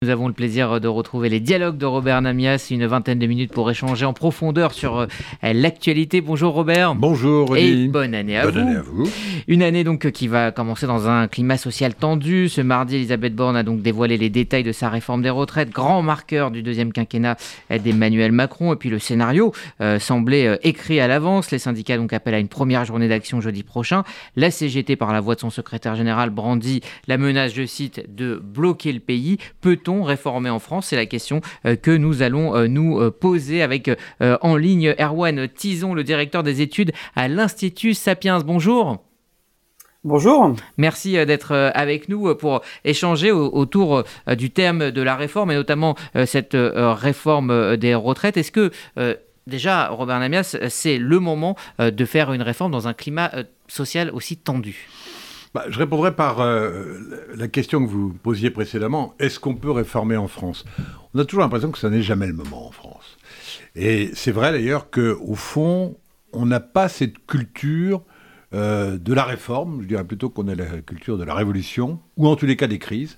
Nous avons le plaisir de retrouver les dialogues de Robert Namias, une vingtaine de minutes pour échanger en profondeur sur l'actualité. Bonjour Robert. Bonjour Rudy. Et bonne année à vous. Bonne année à vous. Une année donc qui va commencer dans un climat social tendu. Ce mardi, Elisabeth Borne a donc dévoilé les détails de sa réforme des retraites, grand marqueur du deuxième quinquennat d'Emmanuel Macron. Et puis le scénario semblait écrit à l'avance. Les syndicats donc appellent à une première journée d'action jeudi prochain. La CGT, par la voix de son secrétaire général, brandit la menace, je cite, de bloquer le pays. Peut-on réformer en France? C'est la question que nous allons nous poser avec en ligne Erwan Tison, le directeur des études à l'Institut Sapiens. Bonjour. Bonjour. Merci d'être avec nous pour échanger autour du thème de la réforme et notamment cette réforme des retraites. Est-ce que déjà, Robert Namias, c'est le moment de faire une réforme dans un climat social aussi tendu? Je répondrai par la question que vous posiez précédemment. Est-ce qu'on peut réformer en France? On a toujours l'impression que ça n'est jamais le moment en France. Et c'est vrai d'ailleurs qu'au fond, on n'a pas cette culture de la réforme. Je dirais plutôt qu'on a la culture de la révolution, ou en tous les cas des crises.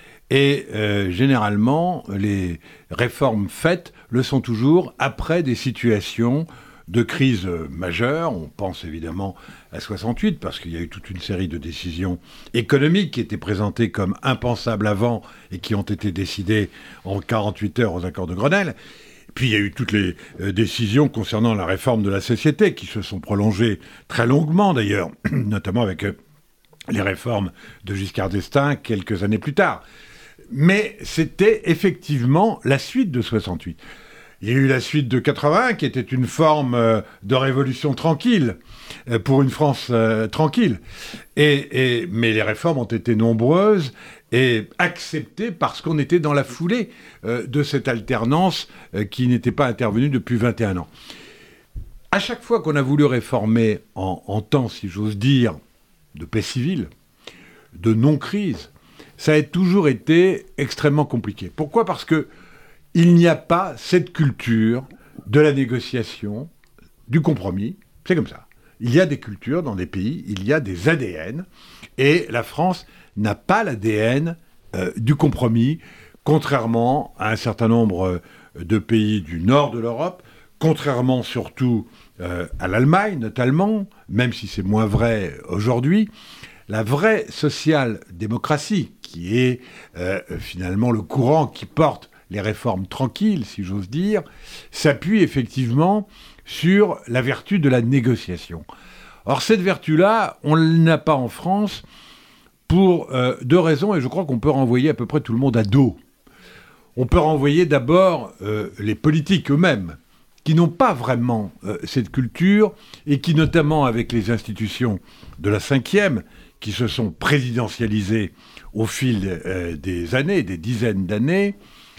Et généralement, les réformes faites le sont toujours après des situations de crise majeure. On pense évidemment à 68, parce qu'il y a eu toute une série de décisions économiques qui étaient présentées comme impensables avant et qui ont été décidées en 48 heures aux accords de Grenelle. Puis il y a eu toutes les décisions concernant la réforme de la société qui se sont prolongées très longuement d'ailleurs, notamment avec les réformes de Giscard d'Estaing quelques années plus tard. Mais c'était effectivement la suite de 68. Il y a eu la suite de 80, qui était une forme de révolution tranquille, pour une France tranquille. Mais les réformes ont été nombreuses et acceptées parce qu'on était dans la foulée de cette alternance qui n'était pas intervenue depuis 21 ans. À chaque fois qu'on a voulu réformer en temps, si j'ose dire, de paix civile, de non-crise, ça a toujours été extrêmement compliqué. Pourquoi ? Parce que il n'y a pas cette culture de la négociation, du compromis. C'est comme ça. Il y a des cultures dans des pays, il y a des ADN, et la France n'a pas l'ADN du compromis, contrairement à un certain nombre de pays du nord de l'Europe, contrairement surtout à l'Allemagne notamment, même si c'est moins vrai aujourd'hui. La vraie social-démocratie, qui est finalement le courant qui porte les réformes tranquilles, si j'ose dire, s'appuie effectivement sur la vertu de la négociation. Or, cette vertu-là, on ne l'a pas en France pour deux raisons, et je crois qu'on peut renvoyer à peu près tout le monde à dos. On peut renvoyer d'abord les politiques eux-mêmes, qui n'ont pas vraiment cette culture, et qui, notamment avec les institutions de la 5e, qui se sont présidentialisées au fil des années, des dizaines d'années,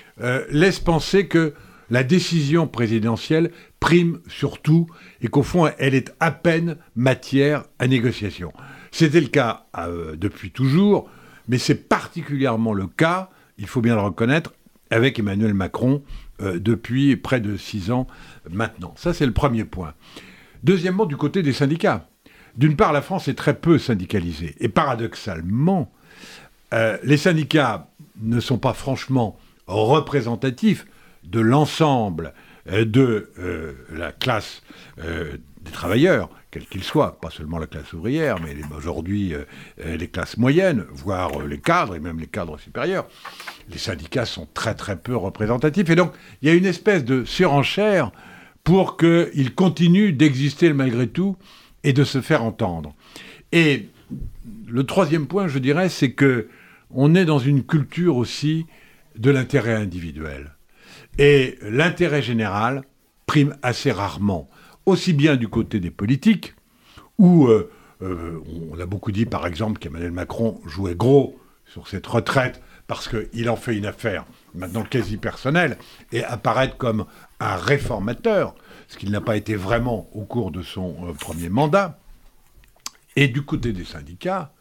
laisse penser que la décision présidentielle prime sur tout et qu'au fond, elle est à peine matière à négociation. C'était le cas depuis toujours, mais c'est particulièrement le cas, il faut bien le reconnaître, avec Emmanuel Macron depuis près de 6 ans maintenant. Ça, c'est le premier point. Deuxièmement, du côté des syndicats. D'une part, la France est très peu syndicalisée. Et paradoxalement, les syndicats ne sont pas franchement représentatif de l'ensemble de la classe des travailleurs, quels qu'ils soient, pas seulement la classe ouvrière, mais aujourd'hui les classes moyennes, voire les cadres, et même les cadres supérieurs. Les syndicats sont très très peu représentatifs. Et donc, il y a une espèce de surenchère pour qu'ils continuent d'exister malgré tout et de se faire entendre. Et le troisième point, je dirais, c'est qu'on est dans une culture aussi de l'intérêt individuel. Et l'intérêt général prime assez rarement, aussi bien du côté des politiques, où on a beaucoup dit par exemple qu'Emmanuel Macron jouait gros sur cette retraite parce qu'il en fait une affaire maintenant quasi personnelle et apparaître comme un réformateur, ce qu'il n'a pas été vraiment au cours de son premier mandat. Et du côté des syndicats,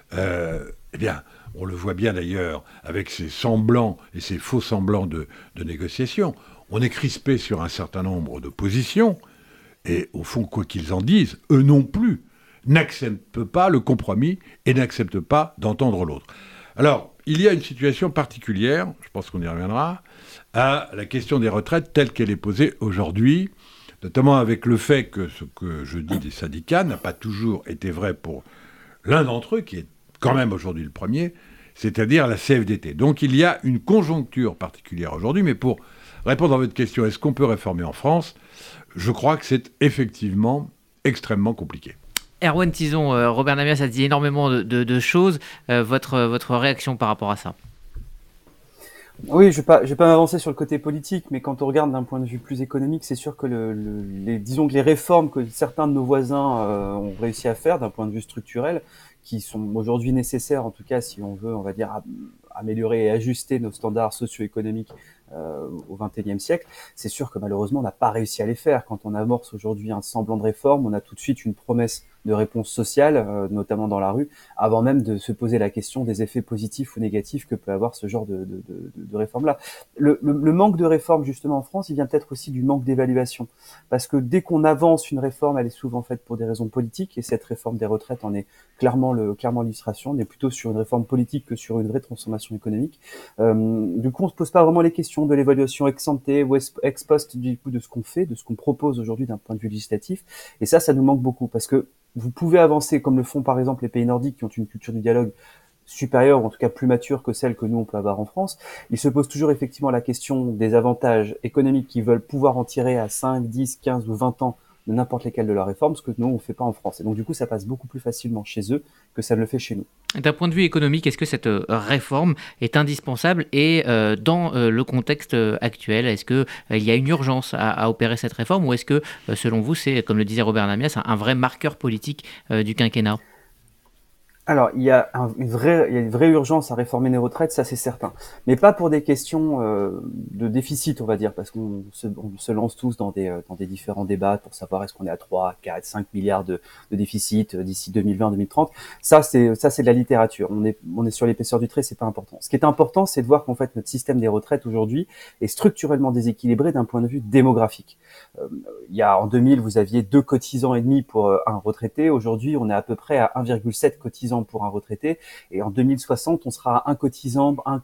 eh bien, on le voit bien d'ailleurs avec ces semblants et ces faux semblants de négociation. On est crispé sur un certain nombre de positions et au fond, quoi qu'ils en disent, eux non plus n'acceptent pas le compromis et n'acceptent pas d'entendre l'autre. Alors, il y a une situation particulière, je pense qu'on y reviendra, à la question des retraites telle qu'elle est posée aujourd'hui, notamment avec le fait que ce que je dis des syndicats n'a pas toujours été vrai pour l'un d'entre eux, qui est quand même aujourd'hui le premier, c'est-à-dire la CFDT. Donc il y a une conjoncture particulière aujourd'hui, mais pour répondre à votre question, est-ce qu'on peut réformer en France ? Je crois que c'est effectivement extrêmement compliqué. Erwan Tison, Robert Namias a dit énormément de choses. Votre réaction par rapport à ça ? Oui, je vais pas m'avancer sur le côté politique, mais quand on regarde d'un point de vue plus économique, c'est sûr que disons que les réformes que certains de nos voisins ont réussi à faire d'un point de vue structurel, qui sont aujourd'hui nécessaires, en tout cas si on veut, on va dire, améliorer et ajuster nos standards socio-économiques au XXIe siècle, c'est sûr que malheureusement on n'a pas réussi à les faire. Quand on amorce aujourd'hui un semblant de réforme, on a tout de suite une promesse de réponse sociale, notamment dans la rue, avant même de se poser la question des effets positifs ou négatifs que peut avoir ce genre de réforme-là. Le manque de réforme justement en France, il vient peut-être aussi du manque d'évaluation, parce que dès qu'on avance une réforme, elle est souvent faite pour des raisons politiques, et cette réforme des retraites en est clairement l'illustration. On est plutôt sur une réforme politique que sur une vraie transformation économique. Du coup, on se pose pas vraiment les questions de l'évaluation ex ante ou ex post du coup de ce qu'on fait, de ce qu'on propose aujourd'hui d'un point de vue législatif. Et ça nous manque beaucoup, parce que vous pouvez avancer comme le font par exemple les pays nordiques qui ont une culture du dialogue supérieure, ou en tout cas plus mature que celle que nous on peut avoir en France. Il se pose toujours effectivement la question des avantages économiques qu'ils veulent pouvoir en tirer à 5, 10, 15 ou 20 ans de n'importe lesquelles de leurs réformes, ce que nous on ne fait pas en France. Et donc du coup ça passe beaucoup plus facilement chez eux que ça ne le fait chez nous. D'un point de vue économique, est-ce que cette réforme est indispensable et dans le contexte actuel, est-ce qu'il y a une urgence à opérer cette réforme, ou est-ce que selon vous c'est, comme le disait Robert Namias, un vrai marqueur politique du quinquennat ? Alors, il y a une vraie urgence à réformer les retraites, ça c'est certain. Mais pas pour des questions de déficit, on va dire, parce qu'on se lance tous dans des différents débats pour savoir est-ce qu'on est à 3, 4, 5 milliards de déficit d'ici 2020-2030. Ça c'est de la littérature. On est sur l'épaisseur du trait, c'est pas important. Ce qui est important, c'est de voir qu'en fait notre système des retraites aujourd'hui est structurellement déséquilibré d'un point de vue démographique. En 2000, vous aviez 2 cotisants et demi pour un retraité. Aujourd'hui, on est à peu près à 1,7 cotisants pour un retraité, et en 2060 on sera à 1,1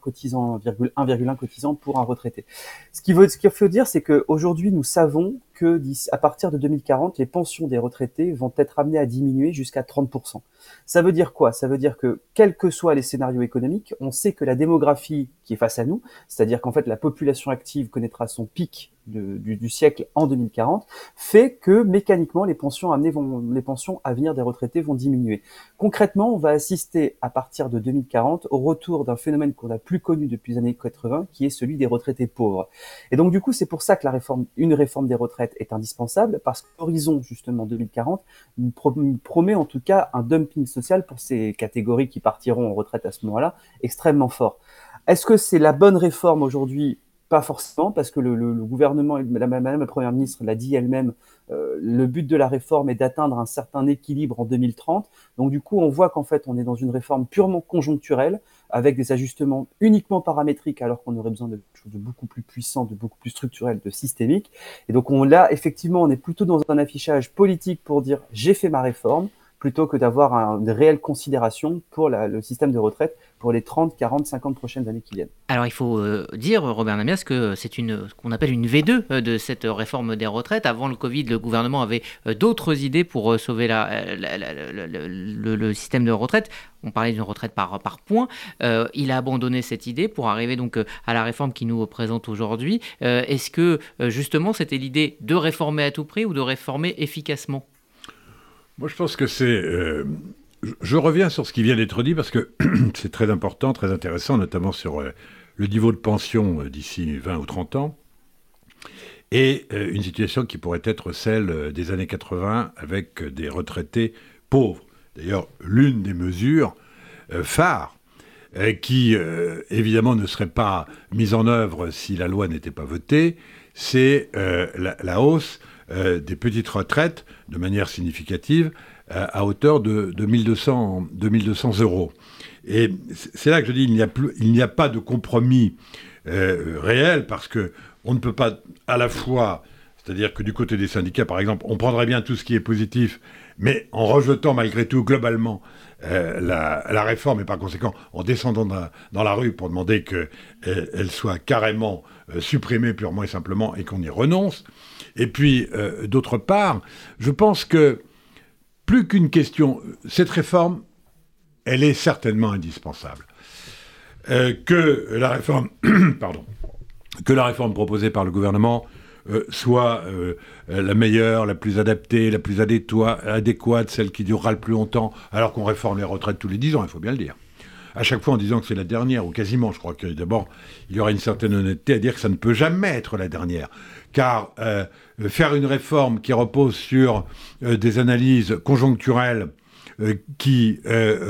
cotisant pour un retraité. Ce qu'il faut dire, c'est que aujourd'hui nous savons que à partir de 2040 les pensions des retraités vont être amenées à diminuer jusqu'à 30%. Ça veut dire quoi ? Ça veut dire que quels que soient les scénarios économiques, on sait que la démographie qui est face à nous, c'est-à-dire qu'en fait la population active connaîtra son pic du siècle en 2040, fait que mécaniquement les pensions à venir des retraités vont diminuer. Concrètement, on va assister à partir de 2040 au retour d'un phénomène qu'on n'a plus connu depuis les années 80, qui est celui des retraités pauvres. Et donc du coup, c'est pour ça que une réforme des retraites est indispensable, parce que l'horizon justement 2040 nous promet en tout cas un dumping social pour ces catégories qui partiront en retraite à ce moment-là extrêmement fort. Est-ce que c'est la bonne réforme aujourd'hui ? Pas forcément, parce que le gouvernement, et Madame la Première ministre l'a dit elle-même, le but de la réforme est d'atteindre un certain équilibre en 2030. Donc du coup, on voit qu'en fait, on est dans une réforme purement conjoncturelle, avec des ajustements uniquement paramétriques, alors qu'on aurait besoin de choses de beaucoup plus puissant, de beaucoup plus structurel, de systémique. Et donc effectivement, on est plutôt dans un affichage politique pour dire « j'ai fait ma réforme », plutôt que d'avoir une réelle considération pour le système de retraite pour les 30, 40, 50 prochaines années qui viennent. Alors il faut dire, Robert Namias, que c'est ce qu'on appelle une V2 de cette réforme des retraites. Avant le Covid, le gouvernement avait d'autres idées pour sauver le système de retraite. On parlait d'une retraite par points. Il a abandonné cette idée pour arriver donc à la réforme qui nous présente aujourd'hui. Est-ce que justement c'était l'idée de réformer à tout prix ou de réformer efficacement ? Moi, je pense que je reviens sur ce qui vient d'être dit, parce que c'est très important, très intéressant, notamment sur le niveau de pension d'ici 20 ou 30 ans, et une situation qui pourrait être celle des années 80 avec des retraités pauvres. D'ailleurs, l'une des mesures phares qui, évidemment, ne serait pas mise en œuvre si la loi n'était pas votée, c'est la hausse des petites retraites de manière significative à hauteur de 1200 euros. Et c'est là que je dis il n'y a pas de compromis réel, parce qu'on ne peut pas à la fois, c'est-à-dire que du côté des syndicats par exemple, on prendrait bien tout ce qui est positif, mais en rejetant malgré tout globalement la réforme et par conséquent en descendant dans la rue pour demander qu'elle soit carrément supprimée purement et simplement et qu'on y renonce. Et puis, d'autre part, je pense que plus qu'une question, cette réforme, elle est certainement indispensable. Que la réforme, pardon, que la réforme proposée par le gouvernement soit la meilleure, la plus adaptée, la plus adéquate, celle qui durera le plus longtemps, alors qu'on réforme les retraites tous les 10 ans, il faut bien le dire. À chaque fois en disant que c'est la dernière, ou quasiment, je crois que d'abord, il y aura une certaine honnêteté à dire que ça ne peut jamais être la dernière. Car faire une réforme qui repose sur des analyses conjoncturelles qui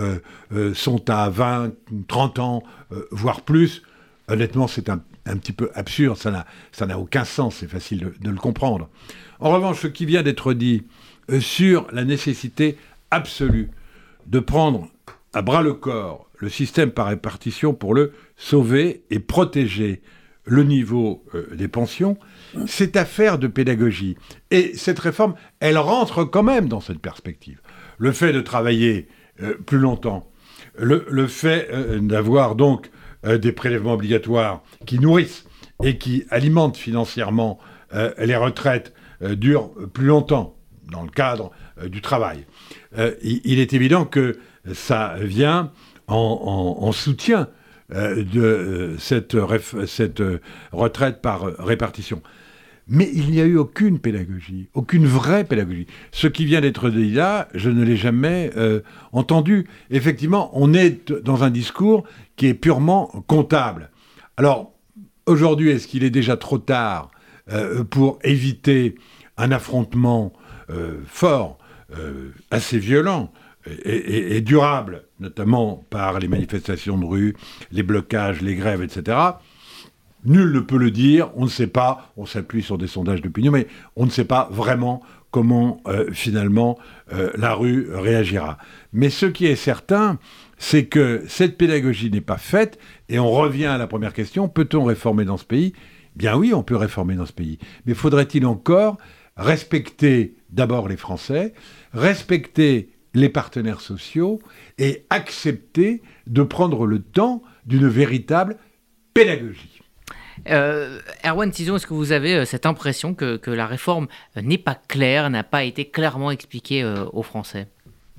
sont à 20, 30 ans, voire plus, honnêtement, c'est un petit peu absurde, ça n'a aucun sens, c'est facile de le comprendre. En revanche, ce qui vient d'être dit sur la nécessité absolue de prendre à bras le corps le système par répartition pour le sauver et protéger le niveau des pensions, c'est affaire de pédagogie. Et cette réforme, elle rentre quand même dans cette perspective. Le fait de travailler plus longtemps, le fait d'avoir donc des prélèvements obligatoires qui nourrissent et qui alimentent financièrement les retraites durent plus longtemps dans le cadre du travail. Il est évident que ça vient en soutien de cette retraite par répartition. Mais il n'y a eu aucune pédagogie, aucune vraie pédagogie. Ce qui vient d'être dit là, je ne l'ai jamais entendu. Effectivement, on est dans un discours qui est purement comptable. Alors, aujourd'hui, est-ce qu'il est déjà trop tard pour éviter un affrontement fort, assez violent et durable, notamment par les manifestations de rue, les blocages, les grèves, etc. Nul ne peut le dire, on ne sait pas, on s'appuie sur des sondages d'opinion, mais on ne sait pas vraiment comment finalement la rue réagira. Mais ce qui est certain, c'est que cette pédagogie n'est pas faite, et on revient à la première question, peut-on réformer dans ce pays ? Bien oui, on peut réformer dans ce pays, mais faudrait-il encore respecter d'abord les Français, respecter les partenaires sociaux et accepter de prendre le temps d'une véritable pédagogie. Erwan Tison, est-ce que vous avez cette impression que la réforme n'est pas claire, n'a pas été clairement expliquée aux Français ?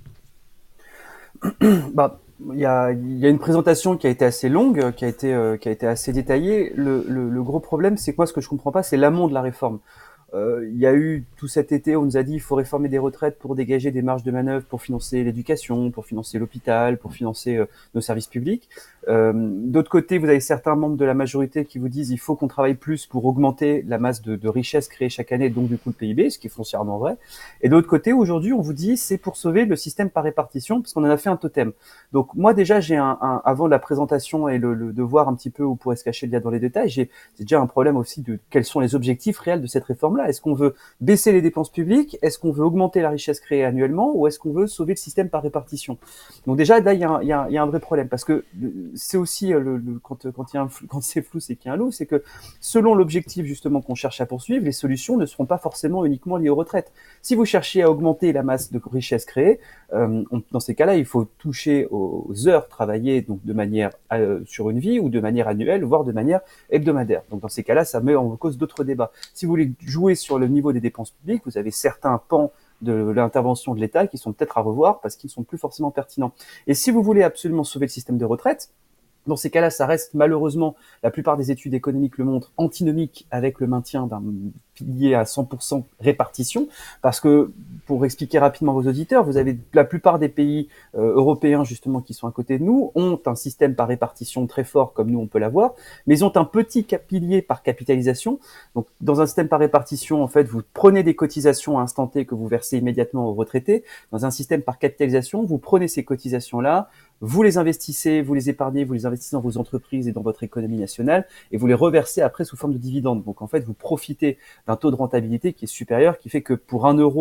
Il y a une présentation qui a été assez longue, qui a été assez détaillée. Le gros problème, c'est quoi? Ce que je comprends pas, c'est l'amont de la réforme. Il y a eu tout cet été, on nous a dit il faut réformer des retraites pour dégager des marges de manœuvre, pour financer l'éducation, pour financer l'hôpital, pour financer nos services publics. D'autre côté, vous avez certains membres de la majorité qui vous disent il faut qu'on travaille plus pour augmenter la masse de richesse créée chaque année, donc du coup le PIB, ce qui est foncièrement vrai. Et d'autre côté, aujourd'hui, on vous dit c'est pour sauver le système par répartition, parce qu'on en a fait un totem. Donc moi déjà, j'ai avant la présentation et de voir un petit peu où pourrait se cacher le diable dans les détails, j'ai déjà un problème aussi de quels sont les objectifs réels de cette réforme. Est-ce qu'on veut baisser les dépenses publiques? Est-ce qu'on veut augmenter la richesse créée annuellement? Ou est-ce qu'on veut sauver le système par répartition? Donc déjà, là, il y a un vrai problème. Parce que c'est aussi, quand c'est flou, c'est qu'il y a un loup. C'est que selon l'objectif justement qu'on cherche à poursuivre, les solutions ne seront pas forcément uniquement liées aux retraites. Si vous cherchez à augmenter la masse de richesse créée, dans ces cas-là, il faut toucher aux heures travaillées donc de manière sur une vie ou de manière annuelle, voire de manière hebdomadaire. Donc dans ces cas-là, ça met en cause d'autres débats. Si vous voulez jouer sur le niveau des dépenses publiques, vous avez certains pans de l'intervention de l'État qui sont peut-être à revoir parce qu'ils ne sont plus forcément pertinents. Et si vous voulez absolument sauver le système de retraite, dans ces cas-là, ça reste malheureusement, la plupart des études économiques le montrent, antinomique avec le maintien d'un pilier à 100% répartition, parce que, pour expliquer rapidement vos auditeurs, vous avez la plupart des pays européens justement qui sont à côté de nous, ont un système par répartition très fort comme nous on peut l'avoir, mais ils ont un petit pilier par capitalisation. Donc dans un système par répartition, en fait, vous prenez des cotisations à instant T que vous versez immédiatement aux retraités. Dans un système par capitalisation, vous prenez ces cotisations-là, vous les investissez, vous les épargnez, vous les investissez dans vos entreprises et dans votre économie nationale, et vous les reversez après sous forme de dividendes. Donc en fait, vous profitez d'un taux de rentabilité qui est supérieur, qui fait que pour 1 euro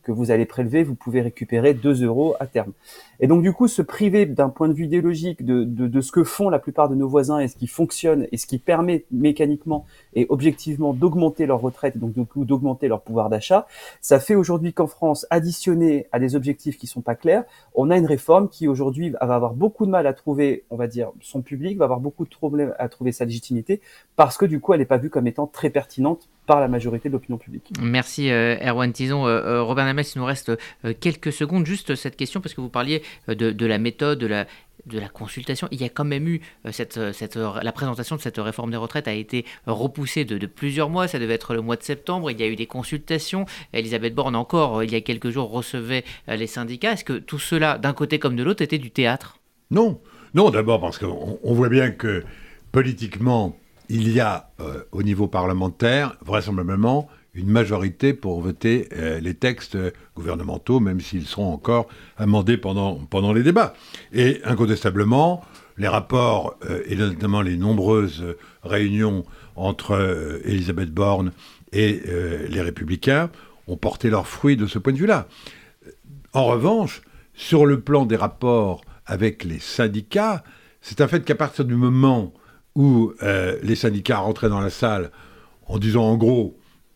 que vous allez prélever, vous pouvez récupérer 2 euros à terme. Et donc du coup, se priver d'un point de vue idéologique de ce que font la plupart de nos voisins et ce qui fonctionne et ce qui permet mécaniquement et objectivement d'augmenter leur retraite et donc du coup d'augmenter leur pouvoir d'achat, ça fait aujourd'hui qu'en France, additionné à des objectifs qui sont pas clairs, on a une réforme qui aujourd'hui va avoir beaucoup de mal à trouver, on va dire, son public, va avoir beaucoup de problèmes à trouver sa légitimité parce que du coup, elle n'est pas vue comme étant très pertinente par la majorité de l'opinion publique. Merci Erwan Tison. Robert Namès, il nous reste quelques secondes. Juste cette question, parce que vous parliez de la méthode, de la consultation. Il y a quand même eu la présentation de cette réforme des retraites a été repoussée de plusieurs mois. Ça devait être le mois de septembre. Il y a eu des consultations. Elisabeth Borne, encore il y a quelques jours, recevait les syndicats. Est-ce que tout cela, d'un côté comme de l'autre, était du théâtre ? Non, d'abord parce qu'on voit bien que politiquement, il y a au niveau parlementaire, vraisemblablement, une majorité pour voter les textes gouvernementaux, même s'ils seront encore amendés pendant les débats. Et incontestablement, les rapports, et notamment les nombreuses réunions entre Elisabeth Borne et les Républicains, ont porté leurs fruits de ce point de vue-là. En revanche, sur le plan des rapports avec les syndicats, c'est un fait qu'à partir du moment où les syndicats rentraient dans la salle en disant en gros,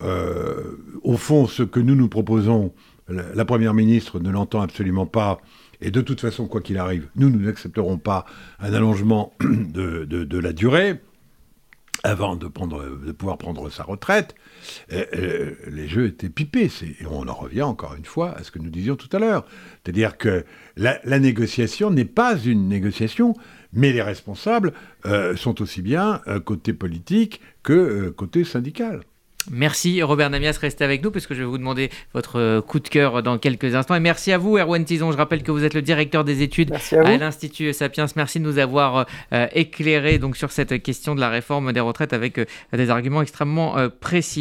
au fond, ce que nous proposons, la Première ministre ne l'entend absolument pas, et de toute façon, quoi qu'il arrive, nous n'accepterons pas un allongement de la durée avant de pouvoir prendre sa retraite, les jeux étaient pipés. Et on en revient encore une fois à ce que nous disions tout à l'heure. C'est-à-dire que la négociation n'est pas une négociation, mais les responsables sont aussi bien côté politique que côté syndical. Merci Robert Namias, restez avec nous parce que je vais vous demander votre coup de cœur dans quelques instants. Et merci à vous Erwan Tison, je rappelle que vous êtes le directeur des études à l'Institut Sapiens. Merci de nous avoir éclairé donc, sur cette question de la réforme des retraites avec des arguments extrêmement précis.